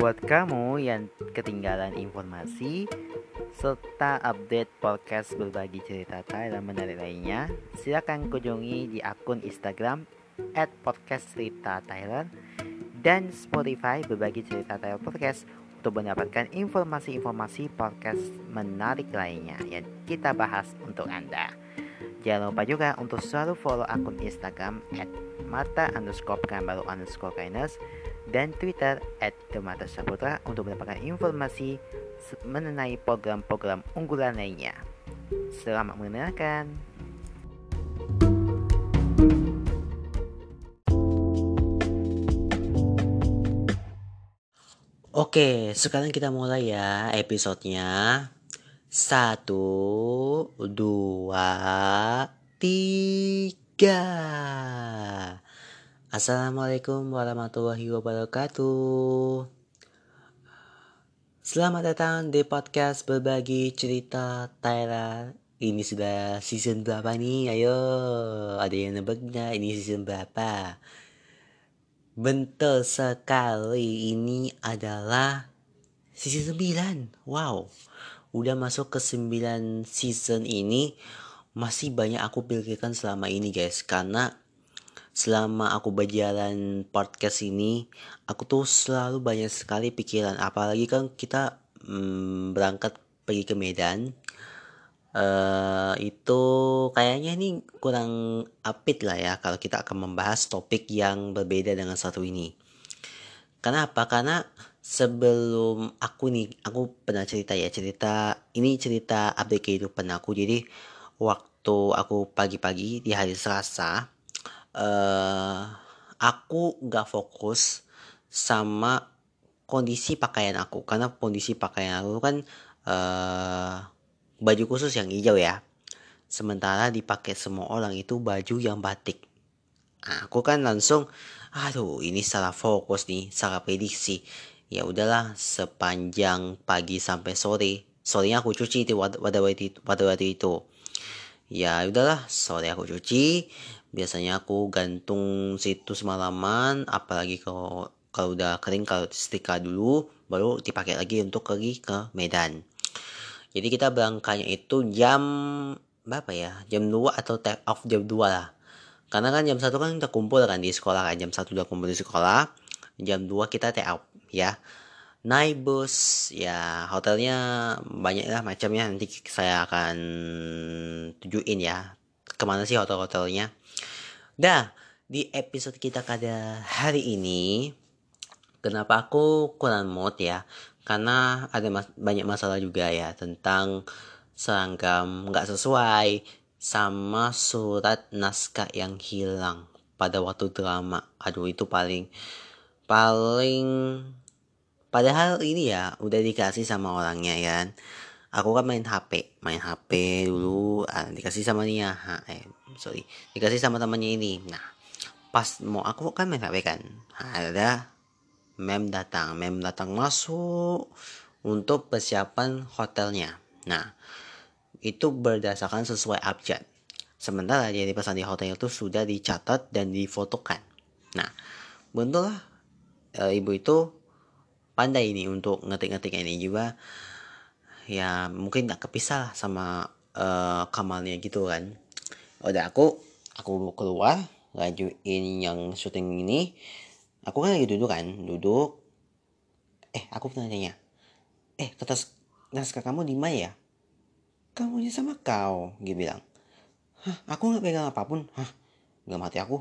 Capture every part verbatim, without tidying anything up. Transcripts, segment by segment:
Buat kamu yang ketinggalan informasi serta update podcast berbagi cerita Thailand menarik lainnya, silakan kunjungi di akun Instagram at podcast cerita Thailand dan Spotify berbagi cerita Thailand podcast untuk mendapatkan informasi-informasi podcast menarik lainnya yang kita bahas untuk Anda. Jangan lupa juga untuk selalu follow akun Instagram at mata underscore baru underscore kindness dan Twitter at Demata Saputra untuk mendapatkan informasi mengenai program-program unggulan lainnya. Selamat mendengarkan. Oke, sekarang kita mulai ya episodenya. Satu, dua, tiga. Assalamualaikum warahmatullahi wabarakatuh. Selamat datang di podcast berbagi cerita Thailand. Ini sudah season berapa nih? Ayo, ada yang nebak nggak ini season berapa? Betul sekali, ini adalah season sembilan. Wow, udah masuk ke sembilan season ini. Masih banyak aku pikirkan selama ini guys. Karena selama aku berjalan podcast ini, aku tuh selalu banyak sekali pikiran. Apalagi kan kita hmm, berangkat pergi ke Medan. Uh, itu kayaknya ini kurang apit lah ya kalau kita akan membahas topik yang berbeda dengan satu ini. Kenapa? Karena sebelum aku nih, aku pernah cerita ya, cerita ini cerita update kehidupan aku. Jadi waktu aku pagi-pagi di hari Selasa, uh, aku nggak fokus sama kondisi pakaian aku, karena kondisi pakaian aku kan uh, baju khusus yang hijau ya. Sementara dipakai semua orang itu baju yang batik. Nah, aku kan langsung, aduh ini salah fokus nih, salah prediksi. Ya udahlah, sepanjang pagi sampai sore, sorenya aku cuci itu pada waktu itu, pada waktu itu. Ya udahlah, sore aku cuci. Biasanya aku gantung situ semalaman, apalagi kalau kalau udah kering, kalau setrika dulu, baru dipakai lagi untuk pergi ke Medan. Jadi kita berangkatnya itu jam berapa ya? Jam dua atau take off jam dua lah. Karena kan jam satu kan kita kumpul kan di sekolah kan. Jam satu udah kumpul di sekolah. Jam dua kita take off ya. Naik bus ya, hotelnya banyak lah macamnya. Nanti saya akan tunjukin ya kemana sih hotel-hotelnya. Dah, di episode kita pada hari ini, kenapa aku kurang mood ya? Karena ada mas- banyak masalah juga ya tentang seragam nggak sesuai sama surat naskah yang hilang pada waktu drama. Aduh itu paling paling padahal ini ya udah dikasih sama orangnya kan. Aku kan main H P, main H P dulu, ah, dikasih sama dia, ha, eh sorry, dikasih sama temannya ini. Nah, pas mau aku kan main H P kan, ada mem datang, mem datang masuk untuk persiapan hotelnya. Nah, itu berdasarkan sesuai abjad. Sementara dia dipesan di hotel itu sudah dicatat dan difotokan. Nah, betul lah e, ibu itu pandai ini untuk ngetik-ngetik ini juga. Ya mungkin gak kepisah sama e, kamarnya gitu kan. Udah aku aku keluar ngajuin yang syuting ini. Aku kan lagi duduk kan, duduk. Eh, aku pernah tanya. Eh, kertas naskah kamu di mana ya? Kamu sama kau, dia bilang. Hah, aku nggak pegang apapun. Hah, nggak mati aku.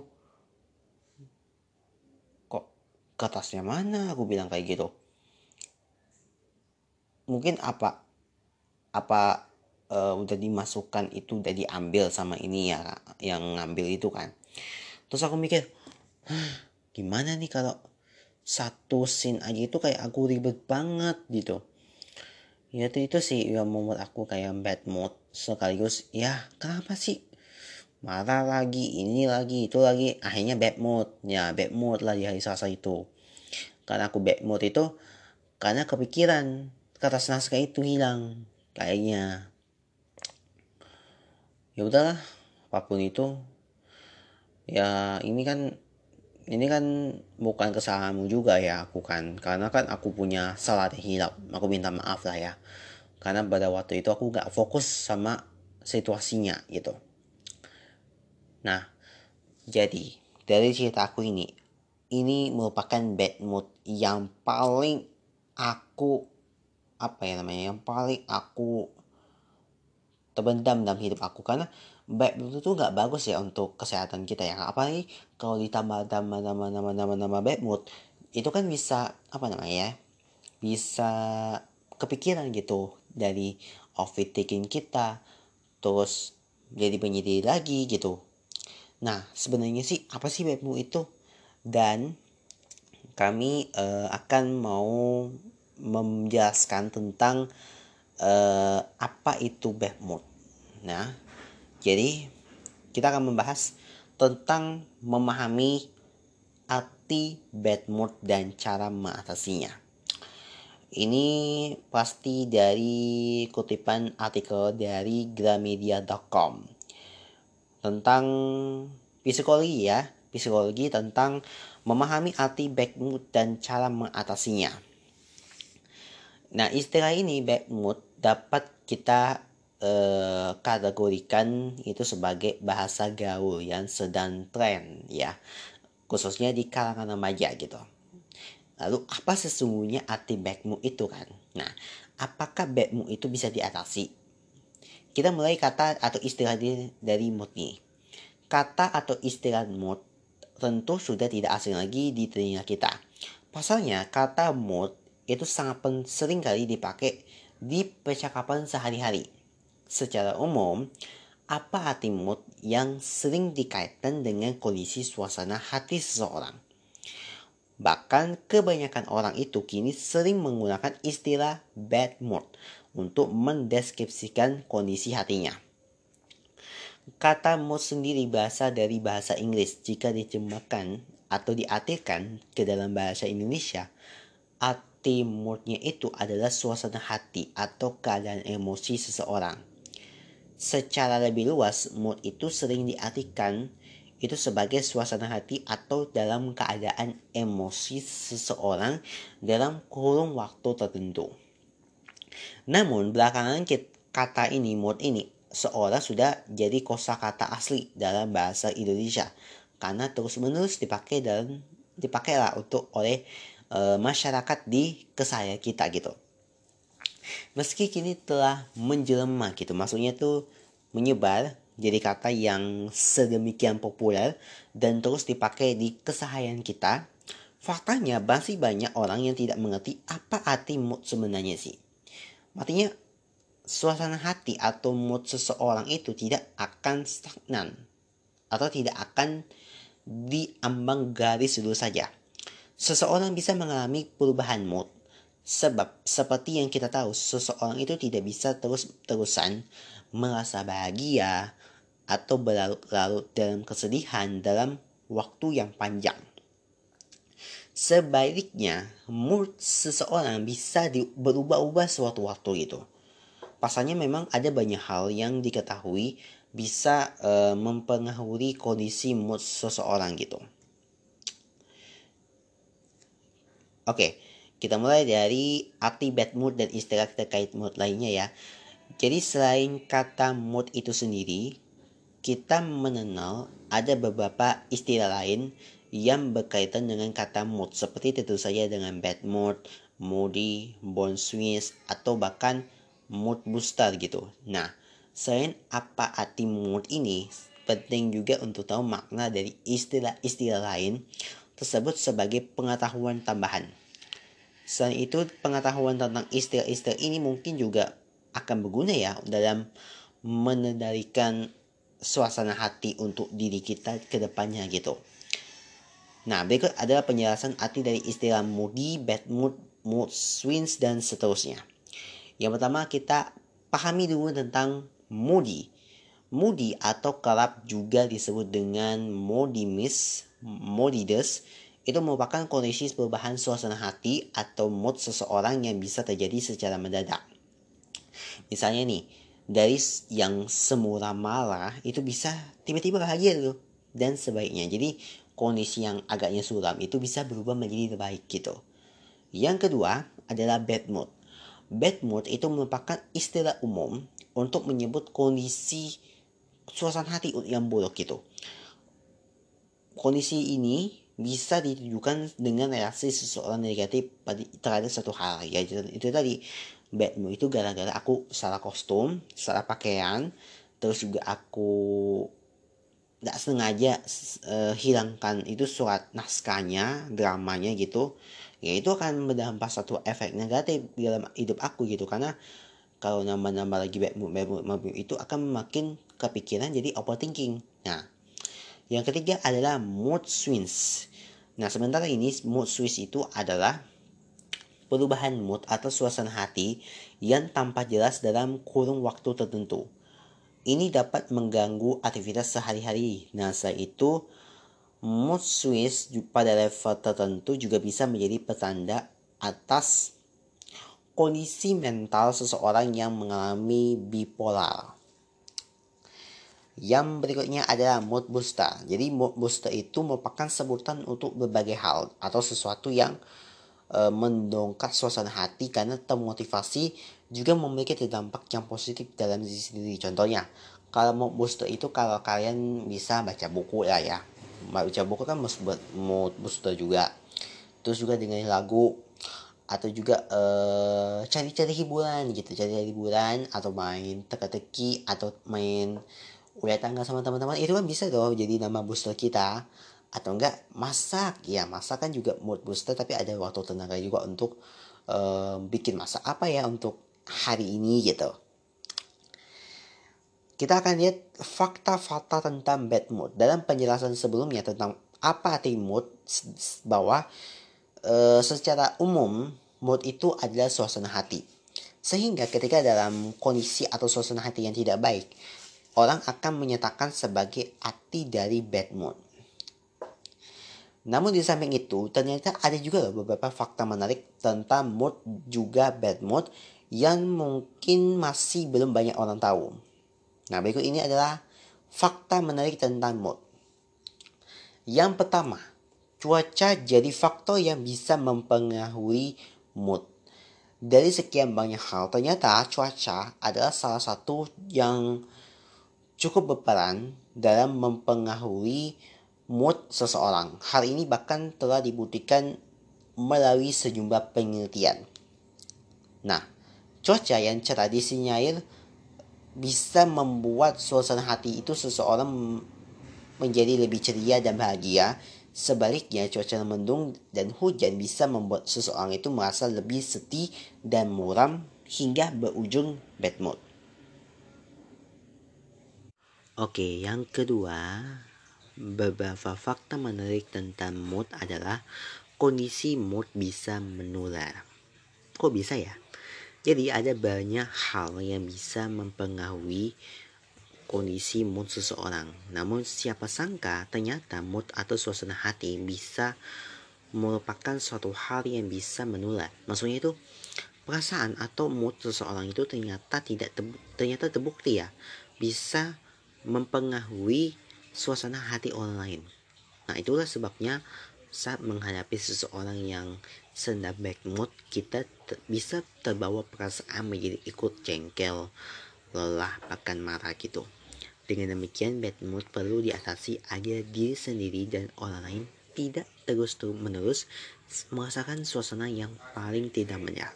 Kok kertasnya mana? Aku bilang kayak gitu. Mungkin apa apa uh, udah dimasukkan itu udah diambil sama ini ya yang ngambil itu kan. Terus aku mikir, gimana nih kalau satu scene aja itu kayak aku ribet banget gitu. Ya itu itu sih yang membuat aku kayak bad mood sekaligus ya kenapa sih marah lagi ini lagi itu lagi akhirnya bad mood ya bad mood lah di hari Selasa itu. Karena aku bad mood itu karena kepikiran kertas naskah itu hilang kayaknya. Ya udahlah, apapun itu ya ini kan ini kan bukan kesalahanmu juga ya aku kan, karena kan aku punya salah dan hilap, aku minta maaf lah ya, karena pada waktu itu aku gak fokus sama situasinya gitu. Nah, jadi dari cerita aku ini, ini merupakan bad mood yang paling aku apa ya namanya, yang paling aku terbendam dalam hidup aku, karena bad mood itu nggak bagus ya untuk kesehatan kita ya, apalagi kalau ditambah tambah tambah tambah tambah tambah bad mood itu kan bisa apa namanya ya, bisa kepikiran gitu dari overthinking kita, terus jadi penyedih lagi gitu. Nah, sebenarnya sih apa sih bad mood itu? Dan kami uh, akan mau menjelaskan tentang uh, apa itu bad mood. Nah, jadi kita akan membahas tentang memahami arti bad mood dan cara mengatasinya. Ini pasti dari kutipan artikel dari gramedia dot com tentang psikologi ya, psikologi tentang memahami arti bad mood dan cara mengatasinya. Nah, istilah ini bad mood dapat kita eh, kategorikan itu sebagai bahasa gaul yang sedang tren ya, khususnya di kalangan remaja gitu. Lalu apa sesungguhnya arti bad mood itu kan? Nah, apakah bad mood itu bisa diatasi? Kita mulai kata atau istilah dari mood nih. Kata atau istilah mood tentu sudah tidak asing lagi di telinga kita. Pasalnya kata mood itu sangat sering kali dipakai di percakapan sehari-hari. Secara umum, apa arti mood yang sering dikaitkan dengan kondisi suasana hati seseorang? Bahkan kebanyakan orang itu kini sering menggunakan istilah bad mood untuk mendeskripsikan kondisi hatinya. Kata mood sendiri berasal dari bahasa Inggris. Jika diterjemahkan atau diartikan ke dalam bahasa Indonesia, arti moodnya itu adalah suasana hati atau keadaan emosi seseorang. Secara lebih luas, mood itu sering diartikan itu sebagai suasana hati atau dalam keadaan emosi seseorang dalam kurun waktu tertentu. Namun belakangan kata ini, mood ini, seolah sudah jadi kosakata asli dalam bahasa Indonesia karena terus-menerus dipakai dan dipakailah untuk oleh e, masyarakat di keseharian kita gitu. Meski kini telah menjelma gitu, maksudnya tuh menyebar jadi kata yang sedemikian populer dan terus dipakai di keseharian kita, faktanya masih banyak orang yang tidak mengerti apa arti mood sebenarnya sih. Artinya suasana hati atau mood seseorang itu tidak akan stagnan atau tidak akan diambang garis dulu saja. Seseorang bisa mengalami perubahan mood sebab seperti yang kita tahu, seseorang itu tidak bisa terus-terusan merasa bahagia atau berlarut-larut dalam kesedihan dalam waktu yang panjang. Sebaliknya, mood seseorang bisa berubah-ubah sewaktu-waktu itu. Pasalnya memang ada banyak hal yang diketahui bisa e, mempengaruhi kondisi mood seseorang gitu. Oke, kita mulai dari arti bad mood dan istilah terkait mood lainnya ya. Jadi selain kata mood itu sendiri, kita mengenal ada beberapa istilah lain yang berkaitan dengan kata mood, seperti tentu saja dengan bad mood, moody, mood swings, atau bahkan mood booster gitu. Nah, selain apa arti mood ini, penting juga untuk tahu makna dari istilah-istilah lain tersebut sebagai pengetahuan tambahan. Selain itu, pengetahuan tentang istilah-istilah ini mungkin juga akan berguna ya dalam mengendalikan suasana hati untuk diri kita ke depannya gitu. Nah, berikut adalah penjelasan arti dari istilah moody, bad mood, mood swings, dan seterusnya. Yang pertama, kita pahami dulu tentang moody. Moody atau kerap juga disebut dengan moodiness, moodiness, itu merupakan kondisi perubahan suasana hati atau mood seseorang yang bisa terjadi secara mendadak. Misalnya nih, dari yang semula marah itu bisa tiba-tiba bahagia tuh dan sebaiknya. Jadi kondisi yang agaknya suram itu bisa berubah menjadi baik gitu. Yang kedua adalah bad mood. Bad mood itu merupakan istilah umum untuk menyebut kondisi suasana hati yang buruk gitu. Kondisi ini bisa ditujukan dengan reaksi seseorang negatif terhadap satu hal. Ya itu, itu tadi bad mood itu gara-gara aku salah kostum, salah pakaian, terus juga aku tidak sengaja uh, hilangkan itu surat naskahnya, dramanya gitu, ya itu akan berdampak satu efek negatif dalam hidup aku gitu. Karena kalau nambah-nambah lagi bad mood, bad mood, bad mood itu akan makin kepikiran jadi overthinking. Nah, yang ketiga adalah mood swings. Nah, sementara ini mood swings itu adalah perubahan mood atau suasana hati yang tanpa jelas dalam kurun waktu tertentu. Ini dapat mengganggu aktivitas sehari-hari. Nah, selain itu, mood swings pada level tertentu juga bisa menjadi petanda atas kondisi mental seseorang yang mengalami bipolar. Yang berikutnya adalah mood booster. Jadi mood booster itu merupakan sebutan untuk berbagai hal atau sesuatu yang e, mendongkrak suasana hati karena termotivasi, juga memiliki dampak yang positif dalam diri sendiri. Contohnya, kalau mood booster itu kalau kalian bisa baca buku lah ya. Baca buku kan mood booster juga. Terus juga dengerin lagu, atau juga uh, cari-cari hiburan gitu, cari hiburan atau main teka-teki atau main ulah tangga sama teman-teman, itu kan bisa loh jadi nama booster kita. Atau enggak masak, ya masak kan juga mood booster, tapi ada waktu tenaga juga untuk uh, bikin masak apa ya untuk hari ini gitu. Kita akan lihat fakta-fakta tentang bad mood. Dalam penjelasan sebelumnya tentang apa arti mood, bahwa e, secara umum mood itu adalah suasana hati. Sehingga ketika dalam kondisi atau suasana hati yang tidak baik, orang akan menyatakan sebagai arti dari bad mood. Namun di samping itu, ternyata ada juga loh beberapa fakta menarik tentang mood juga bad mood yang mungkin masih belum banyak orang tahu. Nah, berikut ini adalah fakta menarik tentang mood. Yang pertama, cuaca jadi faktor yang bisa mempengaruhi mood. Dari sekian banyak hal, ternyata cuaca adalah salah satu yang cukup berperan dalam mempengaruhi mood seseorang. Hal ini bahkan telah dibuktikan melalui sejumlah penelitian. Nah, cuaca yang cerah disinyalir bisa membuat suasana hati itu seseorang menjadi lebih ceria dan bahagia. Sebaliknya, cuaca mendung dan hujan bisa membuat seseorang itu merasa lebih sedih dan muram hingga berujung bad mood. Oke, yang kedua, beberapa fakta menarik tentang mood adalah kondisi mood bisa menular. Kok bisa ya? Jadi ada banyak hal yang bisa mempengaruhi kondisi mood seseorang. Namun siapa sangka ternyata mood atau suasana hati bisa merupakan suatu hal yang bisa menular. Maksudnya itu perasaan atau mood seseorang itu ternyata tidak tebu- ternyata terbukti ya bisa mempengaruhi suasana hati orang lain. Nah, itulah sebabnya saat menghadapi seseorang yang sedang bad mood, kita te- bisa terbawa perasaan menjadi ikut jengkel, lelah, bahkan marah gitu. Dengan demikian, bad mood perlu diatasi agar diri sendiri dan orang lain tidak terus-menerus merasakan suasana yang paling tidak menyenangkan.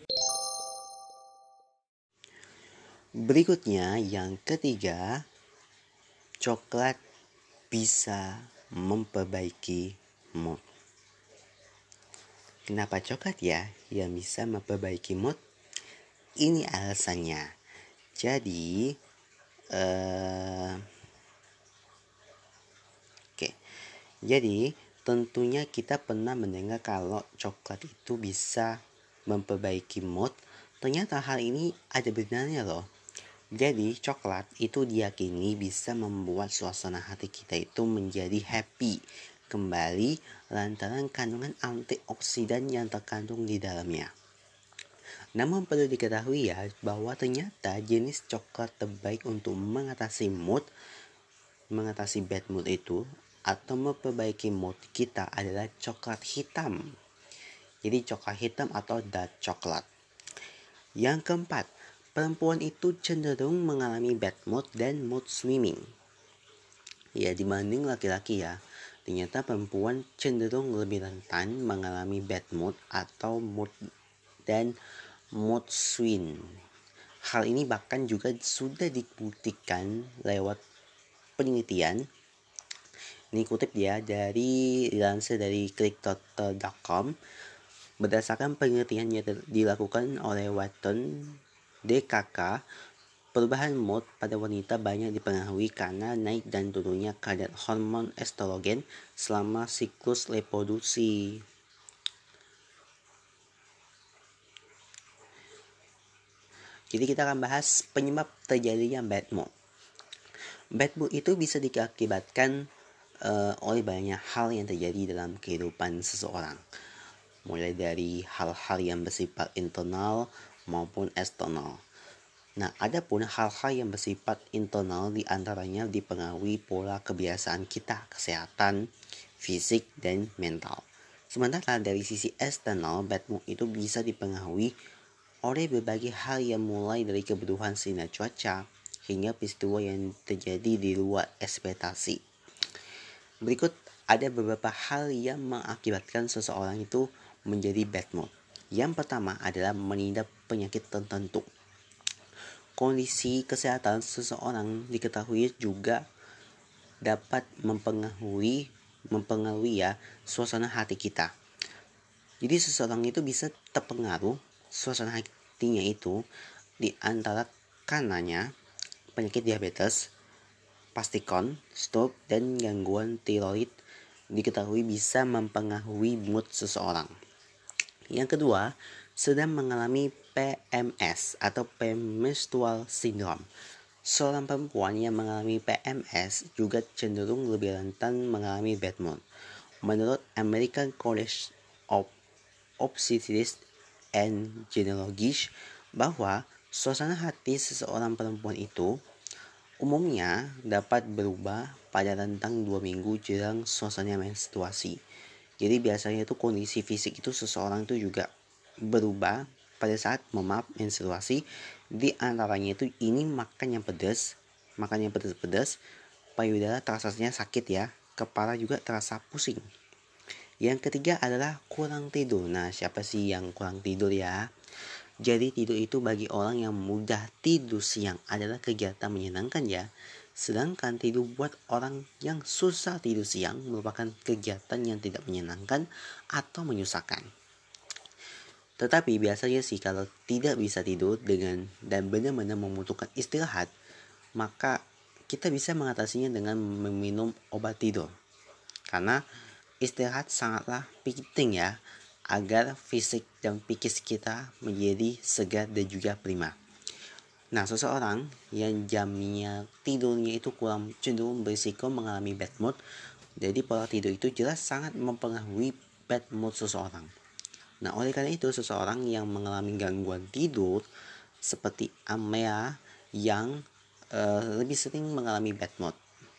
Berikutnya, yang ketiga, coklat bisa memperbaiki mood. Kenapa coklat ya yang bisa memperbaiki mood? Ini alasannya. Jadi, uh, oke. Okay. Jadi, tentunya kita pernah mendengar kalau coklat itu bisa memperbaiki mood. Ternyata hal ini ada benarnya loh. Jadi, coklat itu diyakini bisa membuat suasana hati kita itu menjadi happy kembali lantaran kandungan antioksidan yang terkandung di dalamnya. Namun perlu diketahui ya bahwa ternyata jenis coklat terbaik untuk mengatasi mood, mengatasi bad mood itu atau memperbaiki mood kita adalah coklat hitam. Jadi coklat hitam atau dark coklat. Yang keempat, perempuan itu cenderung mengalami bad mood dan mood swinging. Ya, dibanding laki-laki ya, ternyata perempuan cenderung lebih rentan mengalami bad mood atau mood dan mood swing. Hal ini bahkan juga sudah dibuktikan lewat penelitian. Ini kutip ya dari dilansir dari click dot com. Berdasarkan penelitian yang dilakukan oleh Watson D K K, perubahan mood pada wanita banyak dipengaruhi karena naik dan turunnya kadar hormon estrogen selama siklus reproduksi. Jadi kita akan bahas penyebab terjadinya bad mood. Bad mood itu bisa diakibatkan uh, oleh banyak hal yang terjadi dalam kehidupan seseorang. Mulai dari hal-hal yang bersifat internal maupun eksternal. Nah, ada pun hal-hal yang bersifat internal diantaranya dipengaruhi pola kebiasaan kita, kesehatan, fisik, dan mental. Sementara dari sisi eksternal, bad mood itu bisa dipengaruhi oleh berbagai hal yang mulai dari kebutuhan sinar cuaca hingga peristiwa yang terjadi di luar ekspektasi. Berikut ada beberapa hal yang mengakibatkan seseorang itu menjadi bad mood. Yang pertama adalah mengidap penyakit tertentu. Kondisi kesehatan seseorang diketahui juga dapat mempengaruhi mempengaruhi ya suasana hati kita. Jadi seseorang itu bisa terpengaruh suasana hatinya itu di antara karenanya penyakit diabetes, pastikon, stroke, dan gangguan tiroid diketahui bisa mempengaruhi mood seseorang. Yang kedua, sedang mengalami P M S atau premenstrual syndrome. Seorang perempuan yang mengalami P M S juga cenderung lebih rentan mengalami bad mood. Menurut American College of Obstetrics and Gynecology, bahwa suasana hati seseorang perempuan itu umumnya dapat berubah pada rentang dua minggu jelang suasana menstruasi. Jadi biasanya itu kondisi fisik itu seseorang itu juga berubah pada saat memap menstruasi. Di antaranya itu ini makan yang pedas, makan yang pedas-pedas, payudara terasanya sakit ya, kepala juga terasa pusing. Yang ketiga adalah kurang tidur. Nah, siapa sih yang kurang tidur ya? Jadi tidur itu bagi orang yang mudah tidur siang adalah kegiatan menyenangkan ya. Sedangkan tidur buat orang yang susah tidur siang merupakan kegiatan yang tidak menyenangkan atau menyusahkan. Tetapi biasanya sih kalau tidak bisa tidur dengan dan benar-benar membutuhkan istirahat, maka kita bisa mengatasinya dengan meminum obat tidur. Karena istirahat sangatlah penting ya, agar fisik dan psikis kita menjadi segar dan juga prima. Nah, seseorang yang jamnya tidurnya itu kurang cenderung berisiko mengalami bad mood. Jadi pola tidur itu jelas sangat mempengaruhi bad mood seseorang. Nah, oleh karena itu seseorang yang mengalami gangguan tidur seperti apnea yang uh, lebih sering mengalami bad mood.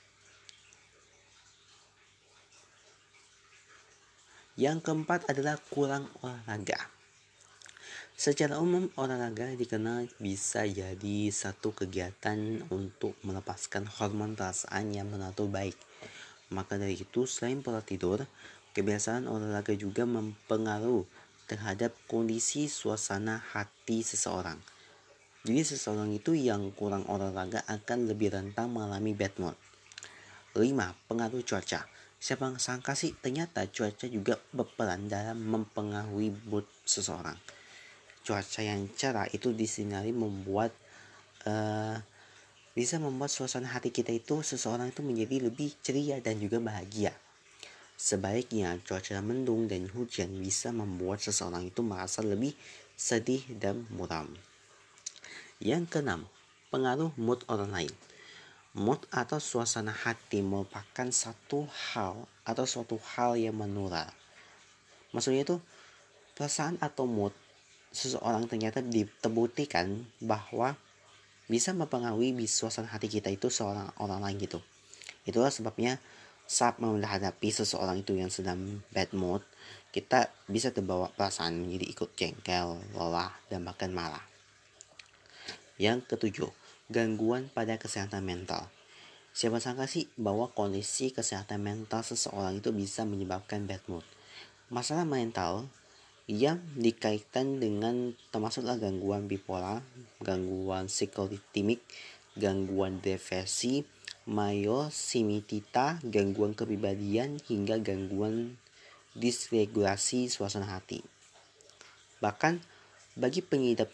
Yang keempat adalah kurang olahraga. Secara umum, olahraga dikenal bisa jadi satu kegiatan untuk melepaskan hormon perasaan yang mengatur baik. Maka dari itu, selain pola tidur, kebiasaan olahraga juga mempengaruhi terhadap kondisi suasana hati seseorang. Jadi seseorang itu yang kurang olahraga akan lebih rentan mengalami bad mood. lima. Pengaruh cuaca. Siapa yang sangka sih ternyata cuaca juga berperan dalam mempengaruhi mood seseorang. Cuaca yang cerah itu disinari membuat uh, bisa membuat suasana hati kita itu seseorang itu menjadi lebih ceria dan juga bahagia. Sebaliknya cuaca mendung dan hujan bisa membuat seseorang itu merasa lebih sedih dan muram. Yang keenam, pengaruh mood orang lain. Mood atau suasana hati merupakan satu hal atau suatu hal yang menular. Maksudnya itu perasaan atau mood seseorang ternyata diterbuktikan bahwa bisa mempengaruhi suasana hati kita itu seorang orang lain gitu. Itulah sebabnya Saat menghadapi seseorang itu yang sedang bad mood, kita bisa terbawa perasaan menjadi ikut jengkel, lelah, dan bahkan marah. Yang ketujuh, gangguan pada kesehatan mental. Siapa sangka sih bahwa kondisi kesehatan mental seseorang itu bisa menyebabkan bad mood. Masalah mental yang dikaitkan dengan termasuklah gangguan bipolar, gangguan psikotimik, gangguan depresi, mayosimmitita, gangguan kepribadian, hingga gangguan disregulasi suasana hati. Bahkan bagi pengidap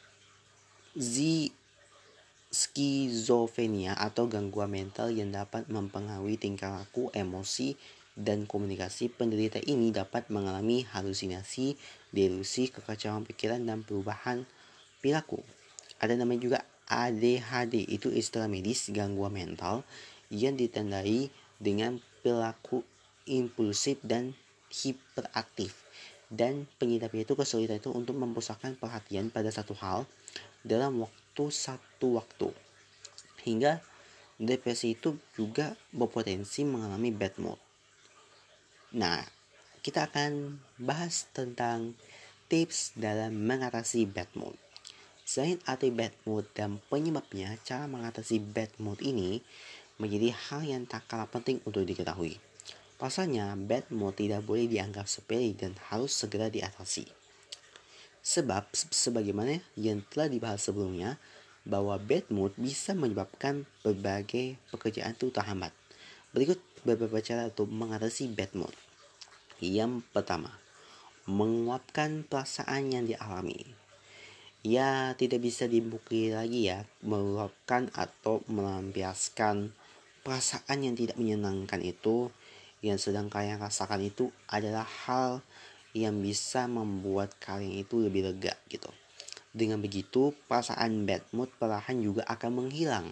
skizofrenia atau gangguan mental yang dapat mempengaruhi tingkah laku, emosi, dan komunikasi, penderita ini dapat mengalami halusinasi, delusi, kekacauan pikiran, dan perubahan perilaku. Ada namanya juga A D H D, itu istilah medis gangguan mental yang ditandai dengan perilaku impulsif dan hiperaktif, dan pengidapnya itu kesulitan itu untuk memusatkan perhatian pada satu hal dalam waktu satu waktu, hingga depresi itu juga berpotensi mengalami bad mood. Nah, kita akan bahas tentang tips dalam mengatasi bad mood. Selain arti bad mood dan penyebabnya, cara mengatasi bad mood ini menjadi hal yang tak kalah penting untuk diketahui. Pasalnya, bad mood tidak boleh dianggap sepele dan harus segera diatasi. Sebab, sebagaimana yang telah dibahas sebelumnya, bahwa bad mood bisa menyebabkan berbagai pekerjaan itu terhambat. Berikut beberapa cara untuk mengatasi bad mood. Yang pertama, menguapkan perasaan yang dialami. Ya, tidak bisa dibukti lagi ya, meluapkan atau melampiaskan perasaan yang tidak menyenangkan itu, yang sedang kalian rasakan itu adalah hal yang bisa membuat kalian itu lebih lega gitu. Dengan begitu, perasaan bad mood perlahan juga akan menghilang.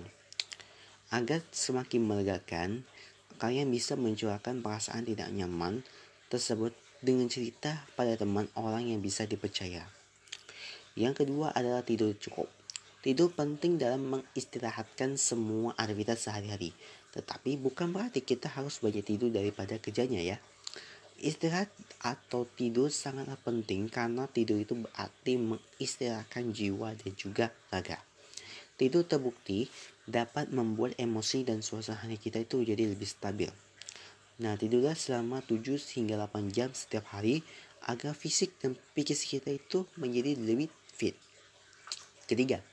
Agar semakin melegakan, kalian bisa mencurahkan perasaan tidak nyaman tersebut dengan cerita pada teman orang yang bisa dipercaya. Yang kedua adalah tidur cukup. Tidur penting dalam mengistirahatkan semua aktivitas sehari-hari. Tetapi bukan berarti kita harus banyak tidur daripada kerjanya ya. Istirahat atau tidur sangatlah penting karena tidur itu berarti mengistirahatkan jiwa dan juga raga. Tidur terbukti dapat membuat emosi dan suasana hati kita itu jadi lebih stabil. Nah, tidurlah selama tujuh hingga delapan jam setiap hari agar fisik dan pikir kita itu menjadi lebih fit. Ketiga,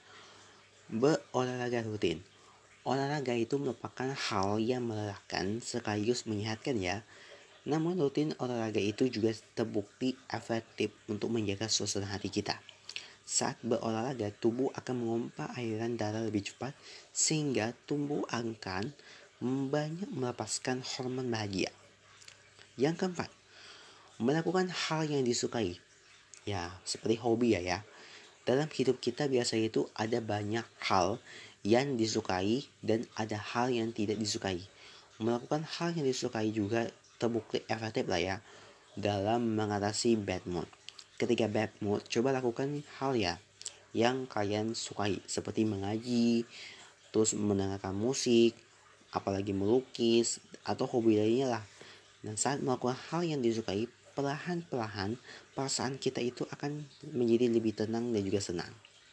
berolahraga rutin. Olahraga itu merupakan hal yang melelahkan sekaligus menyehatkan ya. Namun rutin olahraga itu juga terbukti efektif untuk menjaga suasana hati kita. Saat berolahraga, tubuh akan memompa aliran darah lebih cepat sehingga tubuh akan banyak melepaskan hormon bahagia. Yang keempat, melakukan hal yang disukai. Ya, seperti hobi ya ya. Dalam hidup kita biasanya itu ada banyak hal yang disukai dan ada hal yang tidak disukai. Melakukan hal yang disukai juga terbukti efektif lah ya dalam mengatasi bad mood. Ketika bad mood, coba lakukan hal ya yang kalian sukai, seperti mengaji, terus mendengarkan musik, apalagi melukis atau hobi lainnya lah. Dan saat melakukan hal yang disukai, perlahan-perlahan perasaan kita itu akan menjadi lebih tenang dan juga senang.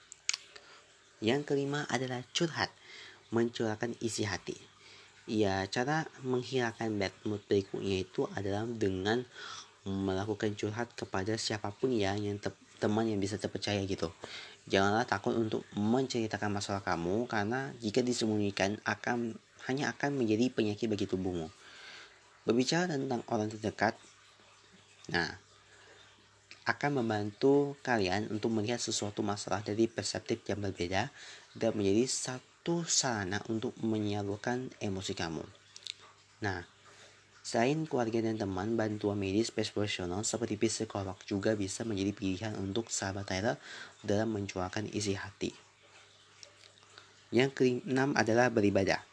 Yang kelima adalah curhat, mencurahkan isi hati. Ya, cara menghilangkan bad mood berikutnya itu adalah dengan melakukan curhat kepada siapapun ya, yang te- teman yang bisa terpercaya gitu. Janganlah takut untuk menceritakan masalah kamu, karena jika disembunyikan akan hanya akan menjadi penyakit bagi tubuhmu. Berbicara tentang orang terdekat, nah, akan membantu kalian untuk melihat sesuatu masalah dari perspektif yang berbeda dan menjadi satu sarana untuk menyalurkan emosi kamu. Nah, selain keluarga dan teman, bantuan medis profesional seperti psikolog juga bisa menjadi pilihan untuk sahabat Tyler dalam mencurahkan isi hati. Yang keenam adalah beribadah.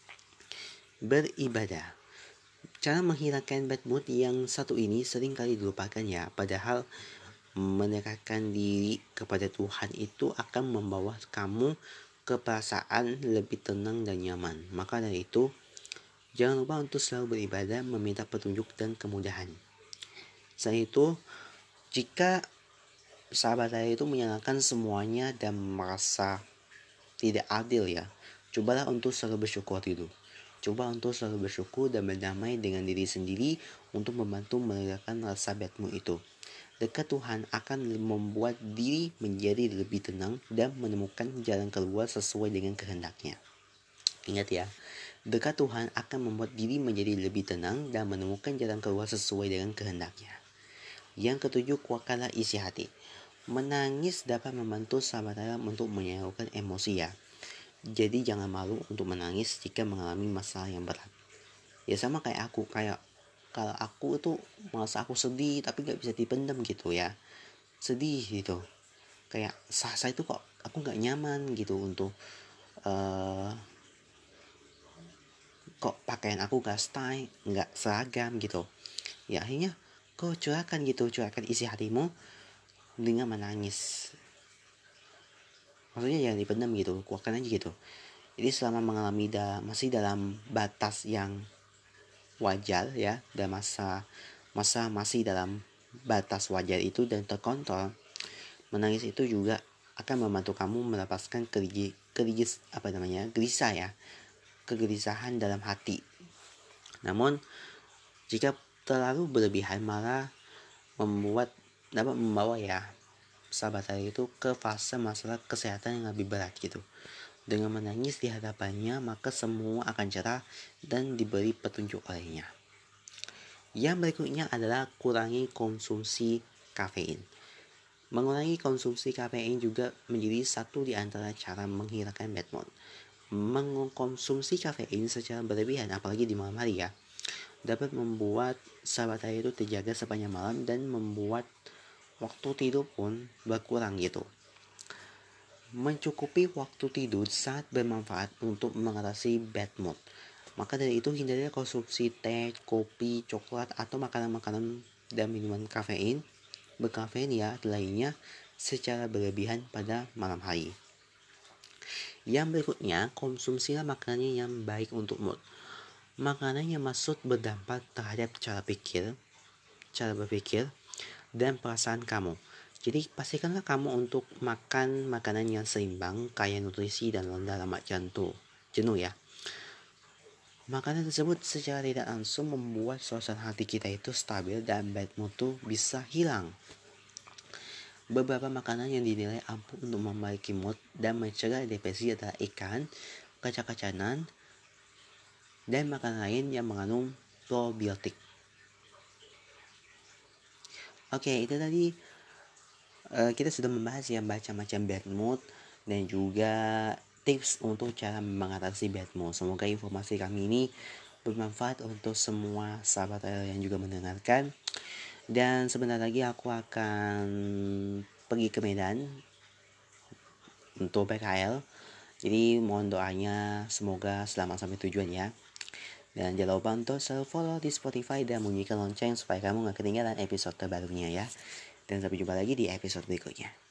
Beribadah. Cara menghilangkan bad mood yang satu ini sering kali dilupakan ya, padahal mendekatkan diri kepada Tuhan itu akan membawa kamu ke perasaan lebih tenang dan nyaman. Maka dari itu, Jangan lupa untuk selalu beribadah, meminta petunjuk dan kemudahan. Selain itu, jika sahabat saya itu menyalahkan semuanya dan merasa tidak adil ya, cobalah untuk selalu bersyukur dulu. Coba untuk selalu bersyukur dan berdamai dengan diri sendiri untuk membantu meredakan rasa badmu itu. Dekat Tuhan akan membuat diri menjadi lebih tenang dan menemukan jalan keluar sesuai dengan kehendaknya. Ingat ya, dekat Tuhan akan membuat diri menjadi lebih tenang dan menemukan jalan keluar sesuai dengan kehendaknya. Yang ketujuh, kuatkanlah isi hati. Menangis dapat membantu sahabat saya untuk menyalurkan emosi ya. Jadi jangan malu untuk menangis jika mengalami masalah yang berat. Ya sama kayak aku, kayak kalau aku itu merasa aku sedih tapi gak bisa dipendam gitu ya. Sedih gitu. Kayak sah-sah itu kok aku gak nyaman gitu untuk uh, kok pakaian aku gak style, gak seragam gitu. Ya akhirnya kau curahkan gitu, curahkan isi hatimu dengan menangis. Maksudnya jangan dipendam gitu, keluarkan aja gitu. Jadi selama mengalami da, masih dalam batas yang wajar ya, dan masa masa masih dalam batas wajar itu dan terkontrol, menangis itu juga akan membantu kamu melepaskan kerigis, kerigis apa namanya gelisah ya, kegelisahan dalam hati. Namun jika terlalu berlebihan malah membuat dapat membawa ya sahabat saya itu ke fase masalah kesehatan yang lebih berat gitu. Dengan menangis di hadapannya maka semua akan cerah dan diberi petunjuk olehnya. Yang berikutnya adalah kurangi konsumsi kafein. Mengurangi konsumsi kafein juga menjadi satu di antara cara menghilangkan bad mood. Mengkonsumsi kafein secara berlebihan apalagi di malam hari ya, dapat membuat sahabat saya itu terjaga sepanjang malam dan membuat waktu tidur pun berkurang gitu. Mencukupi waktu tidur sangat bermanfaat untuk mengatasi bad mood. Maka dari itu hindarilah konsumsi teh, kopi, coklat atau makanan-makanan dan minuman kafein berkafein ya lainnya secara berlebihan pada malam hari. Yang berikutnya, konsumsilah makanan yang baik untuk mood. Makanan yang masuk berdampak terhadap cara pikir, cara berpikir, dan perasaan kamu. Jadi pastikanlah kamu untuk makan makanan yang seimbang, kaya nutrisi dan rendah lemak jenuh, jenuh ya. Makanan tersebut secara tidak langsung membuat suasana hati kita itu stabil dan bad mood itu bisa hilang. Beberapa makanan yang dinilai ampuh untuk memperbaiki mood dan mencegah depresi adalah ikan, kacang-kacangan, dan makanan lain yang mengandung probiotik. Oke, itu tadi uh, kita sudah membahas ya macam-macam bad mood dan juga tips untuk cara mengatasi bad mood. Semoga informasi kami ini bermanfaat untuk semua sahabat yang juga mendengarkan. Dan sebentar lagi aku akan pergi ke Medan untuk P K L. Jadi mohon doanya semoga selamat sampai tujuan ya. Dan jangan lupa untuk selalu follow di Spotify dan bunyikan lonceng supaya kamu gak ketinggalan episode terbarunya ya. Dan sampai jumpa lagi di episode berikutnya.